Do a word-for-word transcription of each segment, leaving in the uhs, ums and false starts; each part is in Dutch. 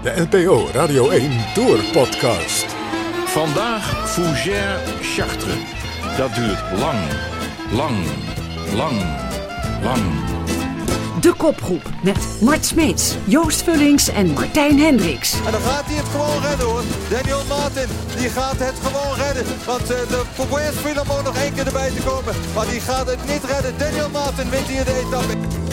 de N P O Radio één Tour Podcast. Vandaag Fougères-Chartres. Dat duurt lang, lang, lang, lang. De kopgroep met Mart Smeets, Joost Vullings en Martijn Hendricks. En dan gaat hij het gewoon redden hoor. Daniel Martin, die gaat het gewoon redden. Want uh, de Fougères viel om nog één keer erbij te komen. Maar die gaat het niet redden. Daniel Martin wint hier de etappe.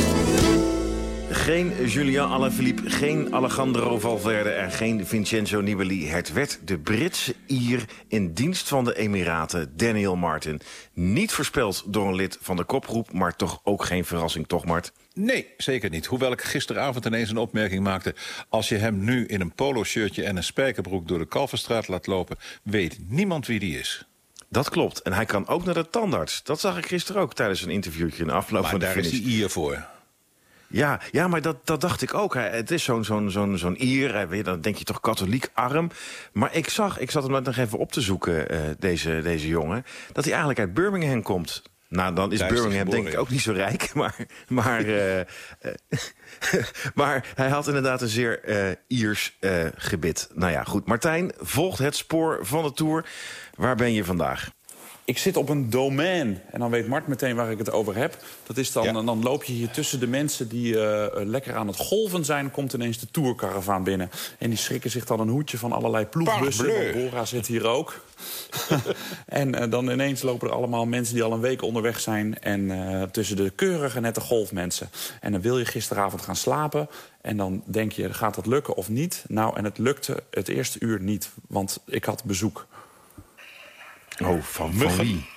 Geen Julian Alaphilippe, geen Alejandro Valverde en geen Vincenzo Nibali. Het werd de Britse Ier in dienst van de Emiraten, Daniel Martin. Niet voorspeld door een lid van de kopgroep, maar toch ook geen verrassing, toch Mart? Nee, zeker niet. Hoewel ik gisteravond ineens een opmerking maakte. Als je hem nu in een polo-shirtje en een spijkerbroek door de Kalverstraat laat lopen, weet niemand wie die is. Dat klopt. En hij kan ook naar de tandarts. Dat zag ik gisteren ook tijdens een interviewtje in de afloop maar van de daar finish. is die Ier voor. Ja, ja, maar dat, dat dacht ik ook. Het is zo'n zo'n zo'n zo'n Ier, weet je, dan denk je toch katholiek arm. Maar ik zag, ik zat hem nog even op te zoeken, uh, deze, deze jongen, dat hij eigenlijk uit Birmingham komt. Nou, dan is Daar is Birmingham denk ik ook niet zo rijk, maar, maar, uh, uh, maar hij had inderdaad een zeer uh, Iers uh, gebit. Nou ja, goed. Martijn volgt het spoor van de Tour. Waar ben je vandaag? Ik zit op een domein. En dan weet Mart meteen waar ik het over heb. Dat is dan, ja. Dan loop je hier tussen de mensen die uh, lekker aan het golven zijn. Komt ineens de tourcaravaan binnen. En die schrikken zich dan een hoedje van allerlei ploegbussen. Want Bora zit hier ook. en uh, dan ineens lopen er allemaal mensen die al een week onderweg zijn. En uh, tussen de keurige nette golfmensen. En dan wil je gisteravond gaan slapen. En dan denk je, gaat dat lukken of niet? Nou, en het lukte het eerste uur niet. Want ik had bezoek. Oh, van, van wie?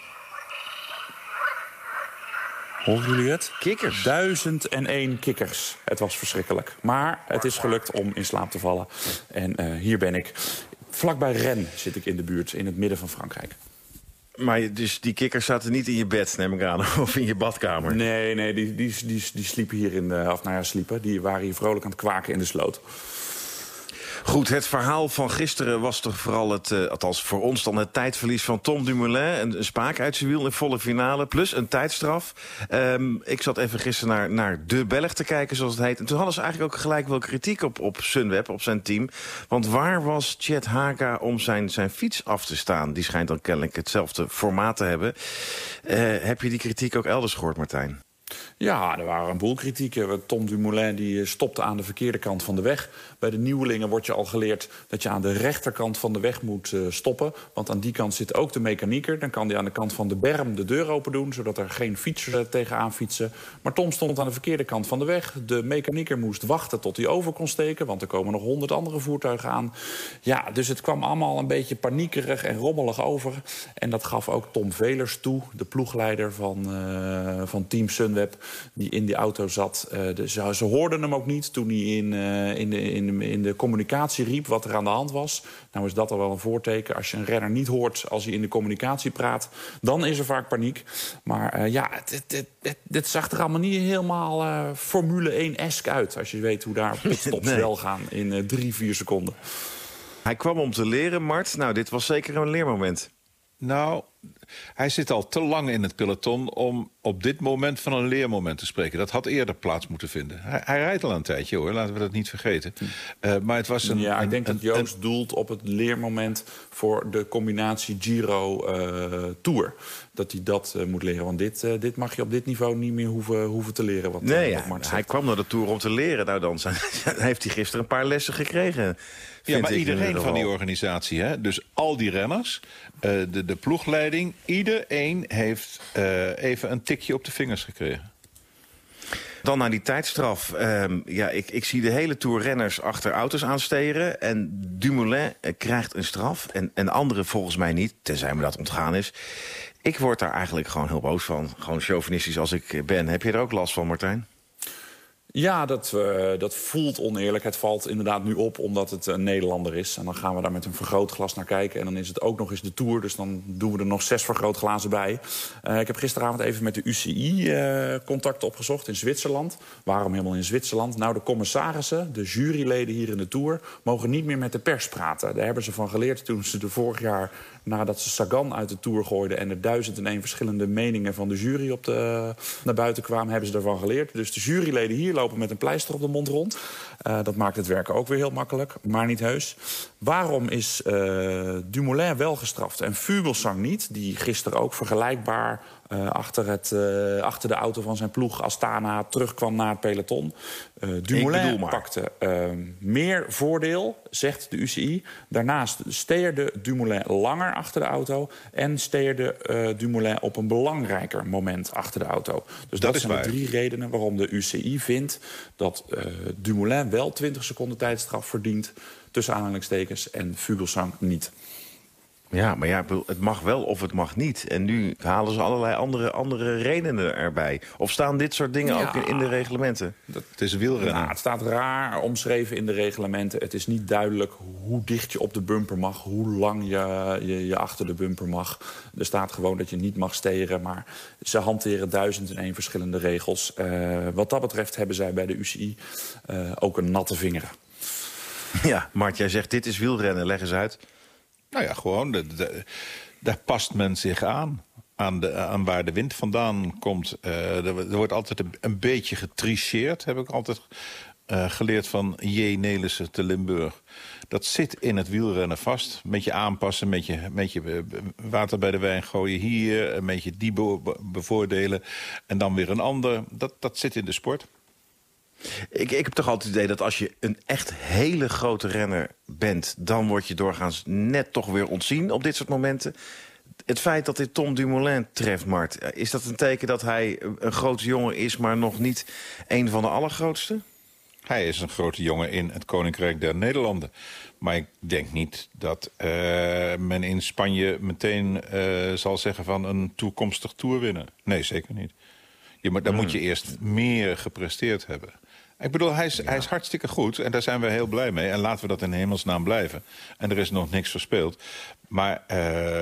Horen jullie het? Kikkers. Duizend en één kikkers. Het was verschrikkelijk. Maar het is gelukt om in slaap te vallen. En uh, hier ben ik. Vlakbij Rennes zit ik in de buurt, in het midden van Frankrijk. Maar dus die kikkers zaten niet in je bed, neem ik aan, of in je badkamer? Nee, nee, die, die, die, die sliepen hier in de... Of nou ja, sliepen. Die waren hier vrolijk aan het kwaken in de sloot. Goed, het verhaal van gisteren was toch vooral het, uh, althans voor ons dan het tijdverlies van Tom Dumoulin. Een, een spaak uit zijn wiel in volle finale, plus een tijdstraf. Um, ik zat even gisteren naar, naar De Belg te kijken, zoals het heet. En toen hadden ze eigenlijk ook gelijk wel kritiek op, op Sunweb, op zijn team. Want waar was Chet Haga om zijn, zijn fiets af te staan? Die schijnt dan kennelijk hetzelfde formaat te hebben. Uh, heb je die kritiek ook elders gehoord, Martijn? Ja, er waren een boel kritieken. Tom Dumoulin die stopte aan de verkeerde kant van de weg. Bij de nieuwelingen wordt je al geleerd dat je aan de rechterkant van de weg moet uh, stoppen. Want aan die kant zit ook de mechanieker. Dan kan hij aan de kant van de berm de deur open doen, zodat er geen fietsers uh, tegenaan fietsen. Maar Tom stond aan de verkeerde kant van de weg. De mechanieker moest wachten tot hij over kon steken, want er komen nog honderd andere voertuigen aan. Ja, dus het kwam allemaal een beetje paniekerig en rommelig over. En dat gaf ook Tom Velers toe, de ploegleider van, uh, van Team Sunweb, die in die auto zat. Uh, de, ze, ze hoorden hem ook niet toen hij in, uh, in, de, in, de, in de communicatie riep wat er aan de hand was. Nou is dat al wel een voorteken. Als je een renner niet hoort als hij in de communicatie praat, dan is er vaak paniek. Maar uh, ja, dit zag er allemaal niet helemaal uh, Formule één-esk uit. Als je weet hoe daar pitstops nee. wel gaan in uh, drie, vier seconden. Hij kwam om te leren, Mart. Nou, dit was zeker een leermoment. Nou, hij zit al te lang in het peloton om op dit moment van een leermoment te spreken. Dat had eerder plaats moeten vinden. Hij, hij rijdt al een tijdje, hoor. Laten we dat niet vergeten. Uh, maar het was een, ja, ik denk een, dat Joost een, doelt op het leermoment voor de combinatie Giro-Tour. Uh, dat hij dat uh, moet leren. Want dit, uh, dit mag je op dit niveau niet meer hoeven, hoeven te leren. Wat, nee, uh, ja, wat hij kwam naar de Tour om te leren. Nou, dan zijn, heeft hij gisteren een paar lessen gekregen. Ja, maar iedereen van die organisatie, hè? Dus al die renners, uh, de, de ploegleiding, iedereen heeft uh, even een tikje op de vingers gekregen. Dan naar die tijdstraf. Um, ja, ik, ik zie de hele Tour renners achter auto's aansteren. En Dumoulin uh, krijgt een straf. En, en anderen volgens mij niet, tenzij me dat ontgaan is. Ik word daar eigenlijk gewoon heel boos van. Gewoon chauvinistisch als ik ben. Heb je er ook last van, Martijn? Ja, dat, uh, dat voelt oneerlijk. Het valt inderdaad nu op omdat het een Nederlander is. En dan gaan we daar met een vergrootglas naar kijken. En dan is het ook nog eens de Tour. Dus dan doen we er nog zes vergrootglazen bij. Uh, ik heb gisteravond even met de U C I uh, contact opgezocht in Zwitserland. Waarom helemaal in Zwitserland? Nou, de commissarissen, de juryleden hier in de Tour, mogen niet meer met de pers praten. Daar hebben ze van geleerd toen ze er vorig jaar, nadat ze Sagan uit de Tour gooiden en er duizend en één verschillende meningen van de jury op de, naar buiten kwamen, hebben ze daarvan geleerd. Dus de juryleden hier lopen met een pleister op de mond rond. Uh, dat maakt het werken ook weer heel makkelijk, maar niet heus. Waarom is uh, Dumoulin wel gestraft en Vogelsang niet? Die gisteren ook vergelijkbaar uh, achter, het, uh, achter de auto van zijn ploeg Astana terugkwam naar het peloton. Uh, Dumoulin pakte uh, meer voordeel, zegt de U C I. Daarnaast steerde Dumoulin langer achter de auto en steerde uh, Dumoulin op een belangrijker moment achter de auto. Dus dat, dat zijn de drie redenen waarom de U C I vindt dat uh, Dumoulin wel twintig seconden tijdstraf verdient, tussen aanhalingstekens, en Vogelsang niet. Ja, maar ja, het mag wel of het mag niet. En nu halen ze allerlei andere, andere redenen erbij. Of staan dit soort dingen ja. ook in, in de reglementen? Dat, het is wielrennen. Nou, het staat raar omschreven in de reglementen. Het is niet duidelijk hoe dicht je op de bumper mag, hoe lang je, je, je achter de bumper mag. Er staat gewoon dat je niet mag steren, maar ze hanteren duizend en één verschillende regels. Uh, wat dat betreft hebben zij bij de U C I uh, ook een natte vinger. Ja, Mart, jij zegt dit is wielrennen. Leg eens uit. Nou ja, gewoon, de, de, daar past men zich aan. Aan, de, aan waar de wind vandaan komt. Uh, er, er wordt altijd een, een beetje getricheerd, heb ik altijd uh, geleerd van J. Nelissen te Limburg. Dat zit in het wielrennen vast. Een beetje aanpassen, een beetje, een beetje water bij de wijn gooien hier. Een beetje die be- bevoordelen. En dan weer een ander. Dat, dat zit in de sport. Ik, ik heb toch altijd het idee dat als je een echt hele grote renner bent, dan word je doorgaans net toch weer ontzien op dit soort momenten. Het feit dat dit Tom Dumoulin treft, Mart, is dat een teken dat hij een grote jongen is, maar nog niet een van de allergrootste? Hij is een grote jongen in het Koninkrijk der Nederlanden. Maar ik denk niet dat uh, men in Spanje meteen uh, zal zeggen van een toekomstig toerwinner. Nee, zeker niet. Je, maar dan hmm. moet je eerst meer gepresteerd hebben. Ik bedoel, hij is, ja. hij is hartstikke goed en daar zijn we heel blij mee. En laten we dat in hemelsnaam blijven. En er is nog niks verspeeld. Maar uh,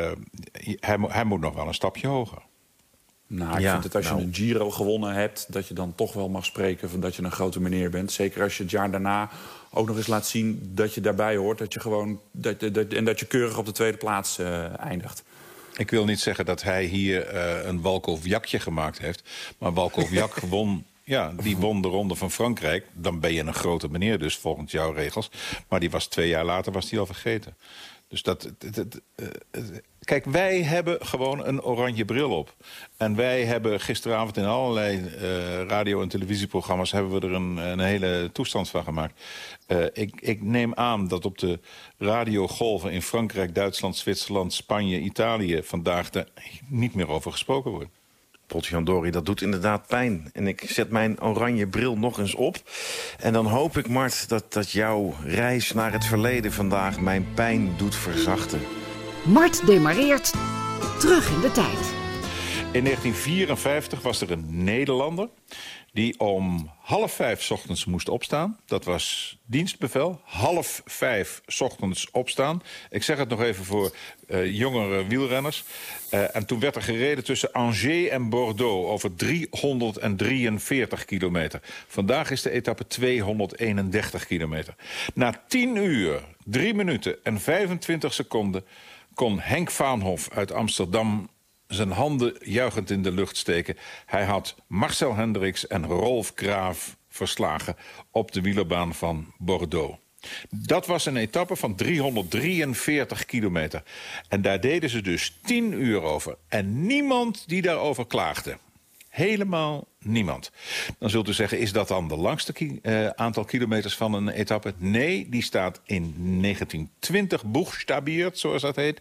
hij, hij moet nog wel een stapje hoger. Nou, ik ja, vind het als nou. je een Giro gewonnen hebt, dat je dan toch wel mag spreken van dat je een grote meneer bent. Zeker als je het jaar daarna ook nog eens laat zien dat je daarbij hoort. Dat je gewoon, dat, dat, en dat je keurig op de tweede plaats uh, eindigt. Ik wil niet zeggen dat hij hier uh, een Walkowiakje gemaakt heeft. Maar Walkowiak won, ja, die won de Ronde van Frankrijk. Dan ben je een grote meneer dus, volgens jouw regels. Maar die was twee jaar later was die al vergeten. Dus dat... dat, dat uh, kijk, wij hebben gewoon een oranje bril op. En wij hebben gisteravond in allerlei uh, radio- en televisieprogramma's hebben we er een, een hele toestand van gemaakt. Uh, ik, ik neem aan dat op de radiogolven in Frankrijk, Duitsland, Zwitserland, Spanje, Italië vandaag er niet meer over gesproken wordt. Potjandori, dat doet inderdaad pijn. En ik zet mijn oranje bril nog eens op. En dan hoop ik, Mart, dat, dat jouw reis naar het verleden vandaag mijn pijn doet verzachten. Mart demareert terug in de tijd. In negentien vierenvijftig was er een Nederlander die om half vijf 's ochtends moest opstaan. Dat was dienstbevel. Half vijf 's ochtends opstaan. Ik zeg het nog even voor uh, jongere wielrenners. Uh, en toen werd er gereden tussen Angers en Bordeaux over driehonderddrieënveertig kilometer. Vandaag is de etappe tweehonderdeenendertig kilometer. Na tien uur, drie minuten en vijfentwintig seconden kon Henk Vaanhof uit Amsterdam zijn handen juichend in de lucht steken. Hij had Marcel Hendricks en Rolf Graaf verslagen op de wielerbaan van Bordeaux. Dat was een etappe van driehonderddrieënveertig kilometer. En daar deden ze dus tien uur over. En niemand die daarover klaagde. Helemaal niemand. Dan zult u zeggen, is dat dan de langste ki- uh, aantal kilometers van een etappe? Nee, die staat in negentien twintig boegstabiert, zoals dat heet.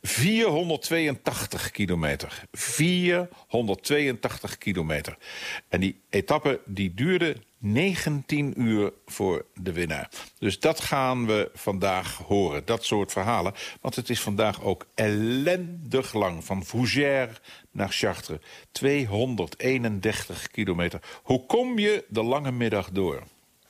vierhonderdtweeëntachtig kilometer. vierhonderdtweeëntachtig kilometer. En die etappe die duurde negentien uur voor de winnaar. Dus dat gaan we vandaag horen, dat soort verhalen. Want het is vandaag ook ellendig lang, van Fougères naar Chartres. tweehonderdeenendertig kilometer. Hoe kom je de lange middag door?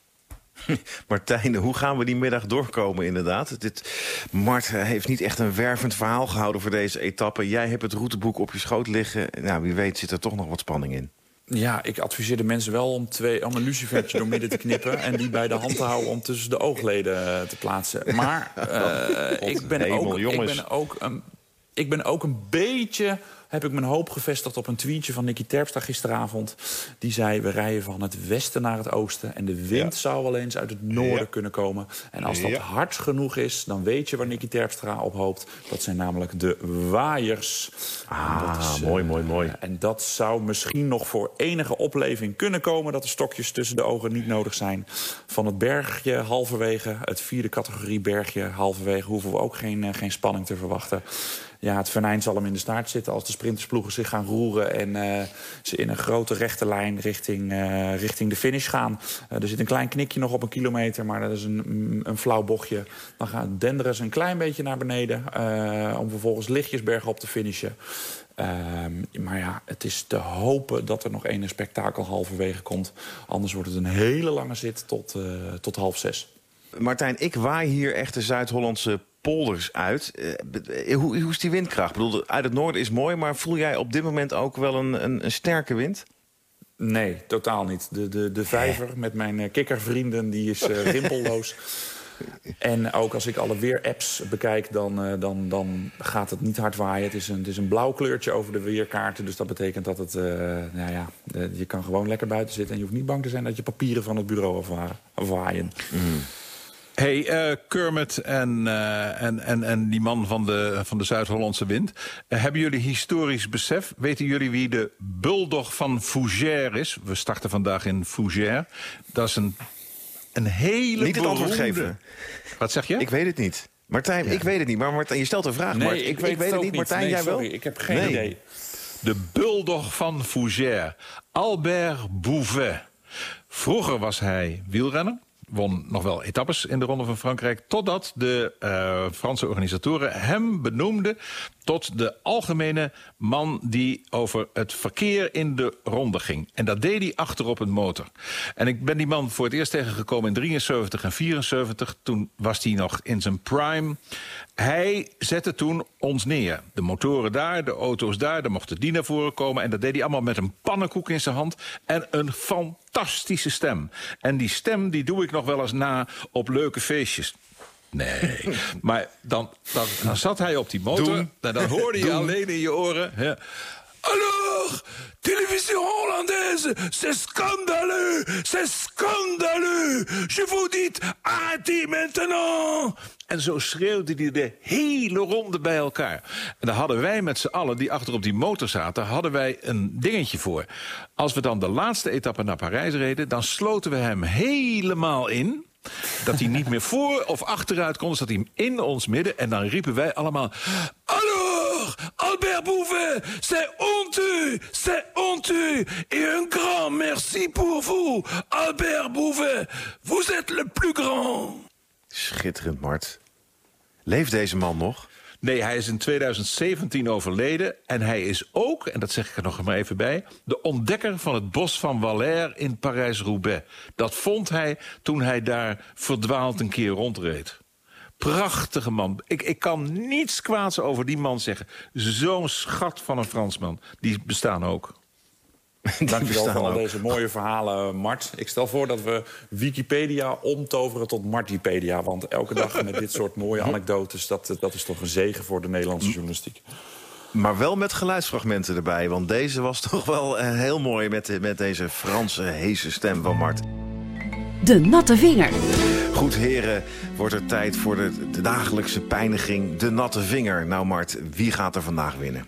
Martijn, hoe gaan we die middag doorkomen inderdaad? Dit, Mart heeft niet echt een wervend verhaal gehouden voor deze etappe. Jij hebt het routeboek op je schoot liggen. Nou, wie weet zit er toch nog wat spanning in. Ja, ik adviseer de mensen wel om, twee, om een lucifertje door midden te knippen en die bij de hand te houden om tussen de oogleden te plaatsen. Maar uh, ik, ben hemel, ook, ik ben ook een... Ik ben ook een beetje heb ik mijn hoop gevestigd op een tweetje van Nicky Terpstra gisteravond. Die zei, we rijden van het westen naar het oosten. En de wind ja. zou wel eens uit het noorden ja. kunnen komen. En als dat ja. hard genoeg is, dan weet je waar Nicky Terpstra op hoopt. Dat zijn namelijk de waaiers. Ah, is, mooi, uh, mooi, mooi. En dat zou misschien nog voor enige opleving kunnen komen. Dat de stokjes tussen de ogen niet nodig zijn. Van het bergje halverwege, het vierde categorie bergje halverwege, hoeven we ook geen, uh, geen spanning te verwachten. Ja, het venijn zal hem in de staart zitten als de sprintersploegen zich gaan roeren en uh, ze in een grote rechte lijn richting, uh, richting de finish gaan. Uh, er zit een klein knikje nog op een kilometer, maar dat is een, een flauw bochtje. Dan gaan denderen ze een klein beetje naar beneden uh, om vervolgens lichtjes bergop te finishen. Uh, maar ja, het is te hopen dat er nog één spektakel halverwege komt. Anders wordt het een hele lange zit tot, uh, tot half zes. Martijn, ik waai hier echt de Zuid-Hollandse polders uit. Uh, hoe, hoe is die windkracht? Ik bedoel, uit het noorden is mooi, maar voel jij op dit moment ook wel een, een, een sterke wind? Nee, totaal niet. De, de, de vijver met mijn uh, kikkervrienden, die is uh, rimpelloos. En ook als ik alle weerapps bekijk, dan, uh, dan, dan gaat het niet hard waaien. Het is, een, het is een blauw kleurtje over de weerkaarten. Dus dat betekent dat het, uh, nou ja, uh, je kan gewoon lekker buiten zitten. En je hoeft niet bang te zijn dat je papieren van het bureau afwaaien. Mm. Hey, uh, Kermit en, uh, en, en, en die man van de, van de Zuid-Hollandse wind. Uh, hebben jullie historisch besef? Weten jullie wie de bulldog van Fougères is? We starten vandaag in Fougères. Dat is een, een hele Niet het antwoord beroemde... geven. Wat zeg je? Ik weet het niet. Martijn, ja. ik weet het niet. Maar Martijn, je stelt een vraag. Nee, maar ik, ik, weet, ik weet het, het niet. Martijn, nee, jij sorry, wel? Ik heb geen nee. idee. De bulldog van Fougères. Albert Bouvet. Vroeger was hij wielrenner. Won nog wel etappes in de Ronde van Frankrijk, totdat de uh, Franse organisatoren hem benoemden tot de algemene man die over het verkeer in de ronde ging. En dat deed hij achterop een motor. En ik ben die man voor het eerst tegengekomen in drieënzeventig en vierenzeventig. Toen was hij nog in zijn prime. Hij zette toen ons neer. De motoren daar, de auto's daar, daar mochten die naar voren komen. En dat deed hij allemaal met een pannenkoek in zijn hand en een fantastische stem. En die stem die doe ik nog wel eens na op leuke feestjes. Nee, maar dan, dan, dan zat hij op die motor en dan hoorde je Doen. alleen in je oren... Ja, alors, télévision hollandaise, c'est scandaleux, c'est scandaleux. Je vous dis, arrêtez maintenant. En zo schreeuwde hij de hele ronde bij elkaar. En daar hadden wij met z'n allen, die achter op die motor zaten, hadden wij een dingetje voor. Als we dan de laatste etappe naar Parijs reden, dan sloten we hem helemaal in. Dat hij niet meer voor of achteruit kon, zat hij hem in ons midden. En dan riepen wij allemaal... Alors, Albert Bouvet, c'est honteux, c'est honteux. Et un grand merci pour vous, Albert Bouvet. Vous êtes le plus grand. Schitterend, Mart. Leeft deze man nog? Nee, hij is in tweeduizend zeventien overleden. En hij is ook, en dat zeg ik er nog maar even bij... de ontdekker van het bos van Valère in Parijs-Roubaix. Dat vond hij toen hij daar verdwaald een keer rondreed. Prachtige man. Ik, ik kan niets kwaads over die man zeggen. Zo'n schat van een Fransman. Die bestaan ook. Dankjewel voor al deze mooie verhalen, Mart. Ik stel voor dat we Wikipedia omtoveren tot Martipedia. Want elke dag met dit soort mooie anekdotes... dat, dat is toch een zegen voor de Nederlandse journalistiek. Maar wel met geluidsfragmenten erbij. Want deze was toch wel uh, heel mooi met, met deze Franse heese stem van Mart. De natte vinger. Goed, heren, wordt er tijd voor de, de dagelijkse pijniging. De natte vinger. Nou, Mart, wie gaat er vandaag winnen?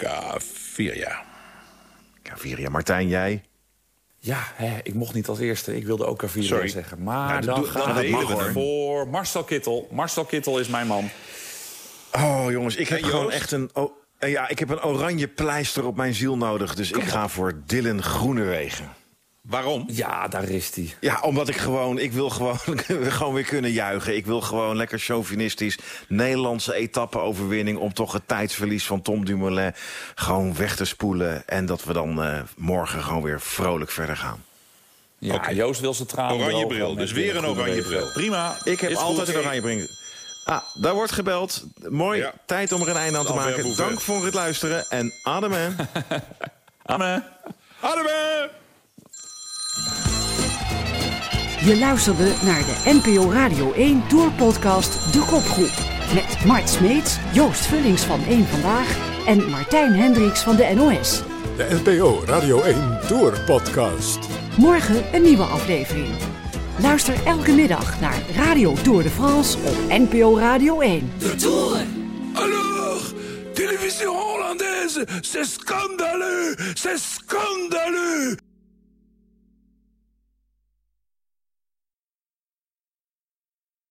Gaviria. Gaviria. Martijn, jij? Ja, hè, ik mocht niet als eerste. Ik wilde ook Gaviria zeggen. Maar nou, dan, dan gaat het mag voor Marcel Kittel. Marcel Kittel is mijn man. Oh, jongens, ik heb hey, gewoon echt een... Oh, ja, ik heb een oranje pleister op mijn ziel nodig. Dus Kom ik ga op. voor Dylan Groenewegen. Waarom? Ja, daar is hij. Ja, omdat ik gewoon... Ik wil gewoon, gewoon weer kunnen juichen. Ik wil gewoon lekker chauvinistisch... Nederlandse etappe-overwinning... om toch het tijdsverlies van Tom Dumoulin... gewoon weg te spoelen. En dat we dan uh, morgen gewoon weer vrolijk verder gaan. Ja, okay. Joost wil zijn tranen... Oranje bril, dus weer een oranje bril. Prima. Ik heb is altijd goed. een oranje bril. Ah, daar wordt gebeld. Mooi. Ja. Tijd om er een einde aan te Albert maken. Bouvet. Dank voor het luisteren. En ademen. Amen. Ademen. Je luisterde naar de N P O Radio één Tourpodcast De Kopgroep. Met Mart Smeets, Joost Vullings van Eén Vandaag en Martijn Hendricks van de N O S. De N P O Radio één Tour Podcast. Morgen een nieuwe aflevering. Luister elke middag naar Radio Tour de France op N P O Radio één. De Tour! Alors, télévision hollandaise, c'est scandaleux, c'est scandaleux!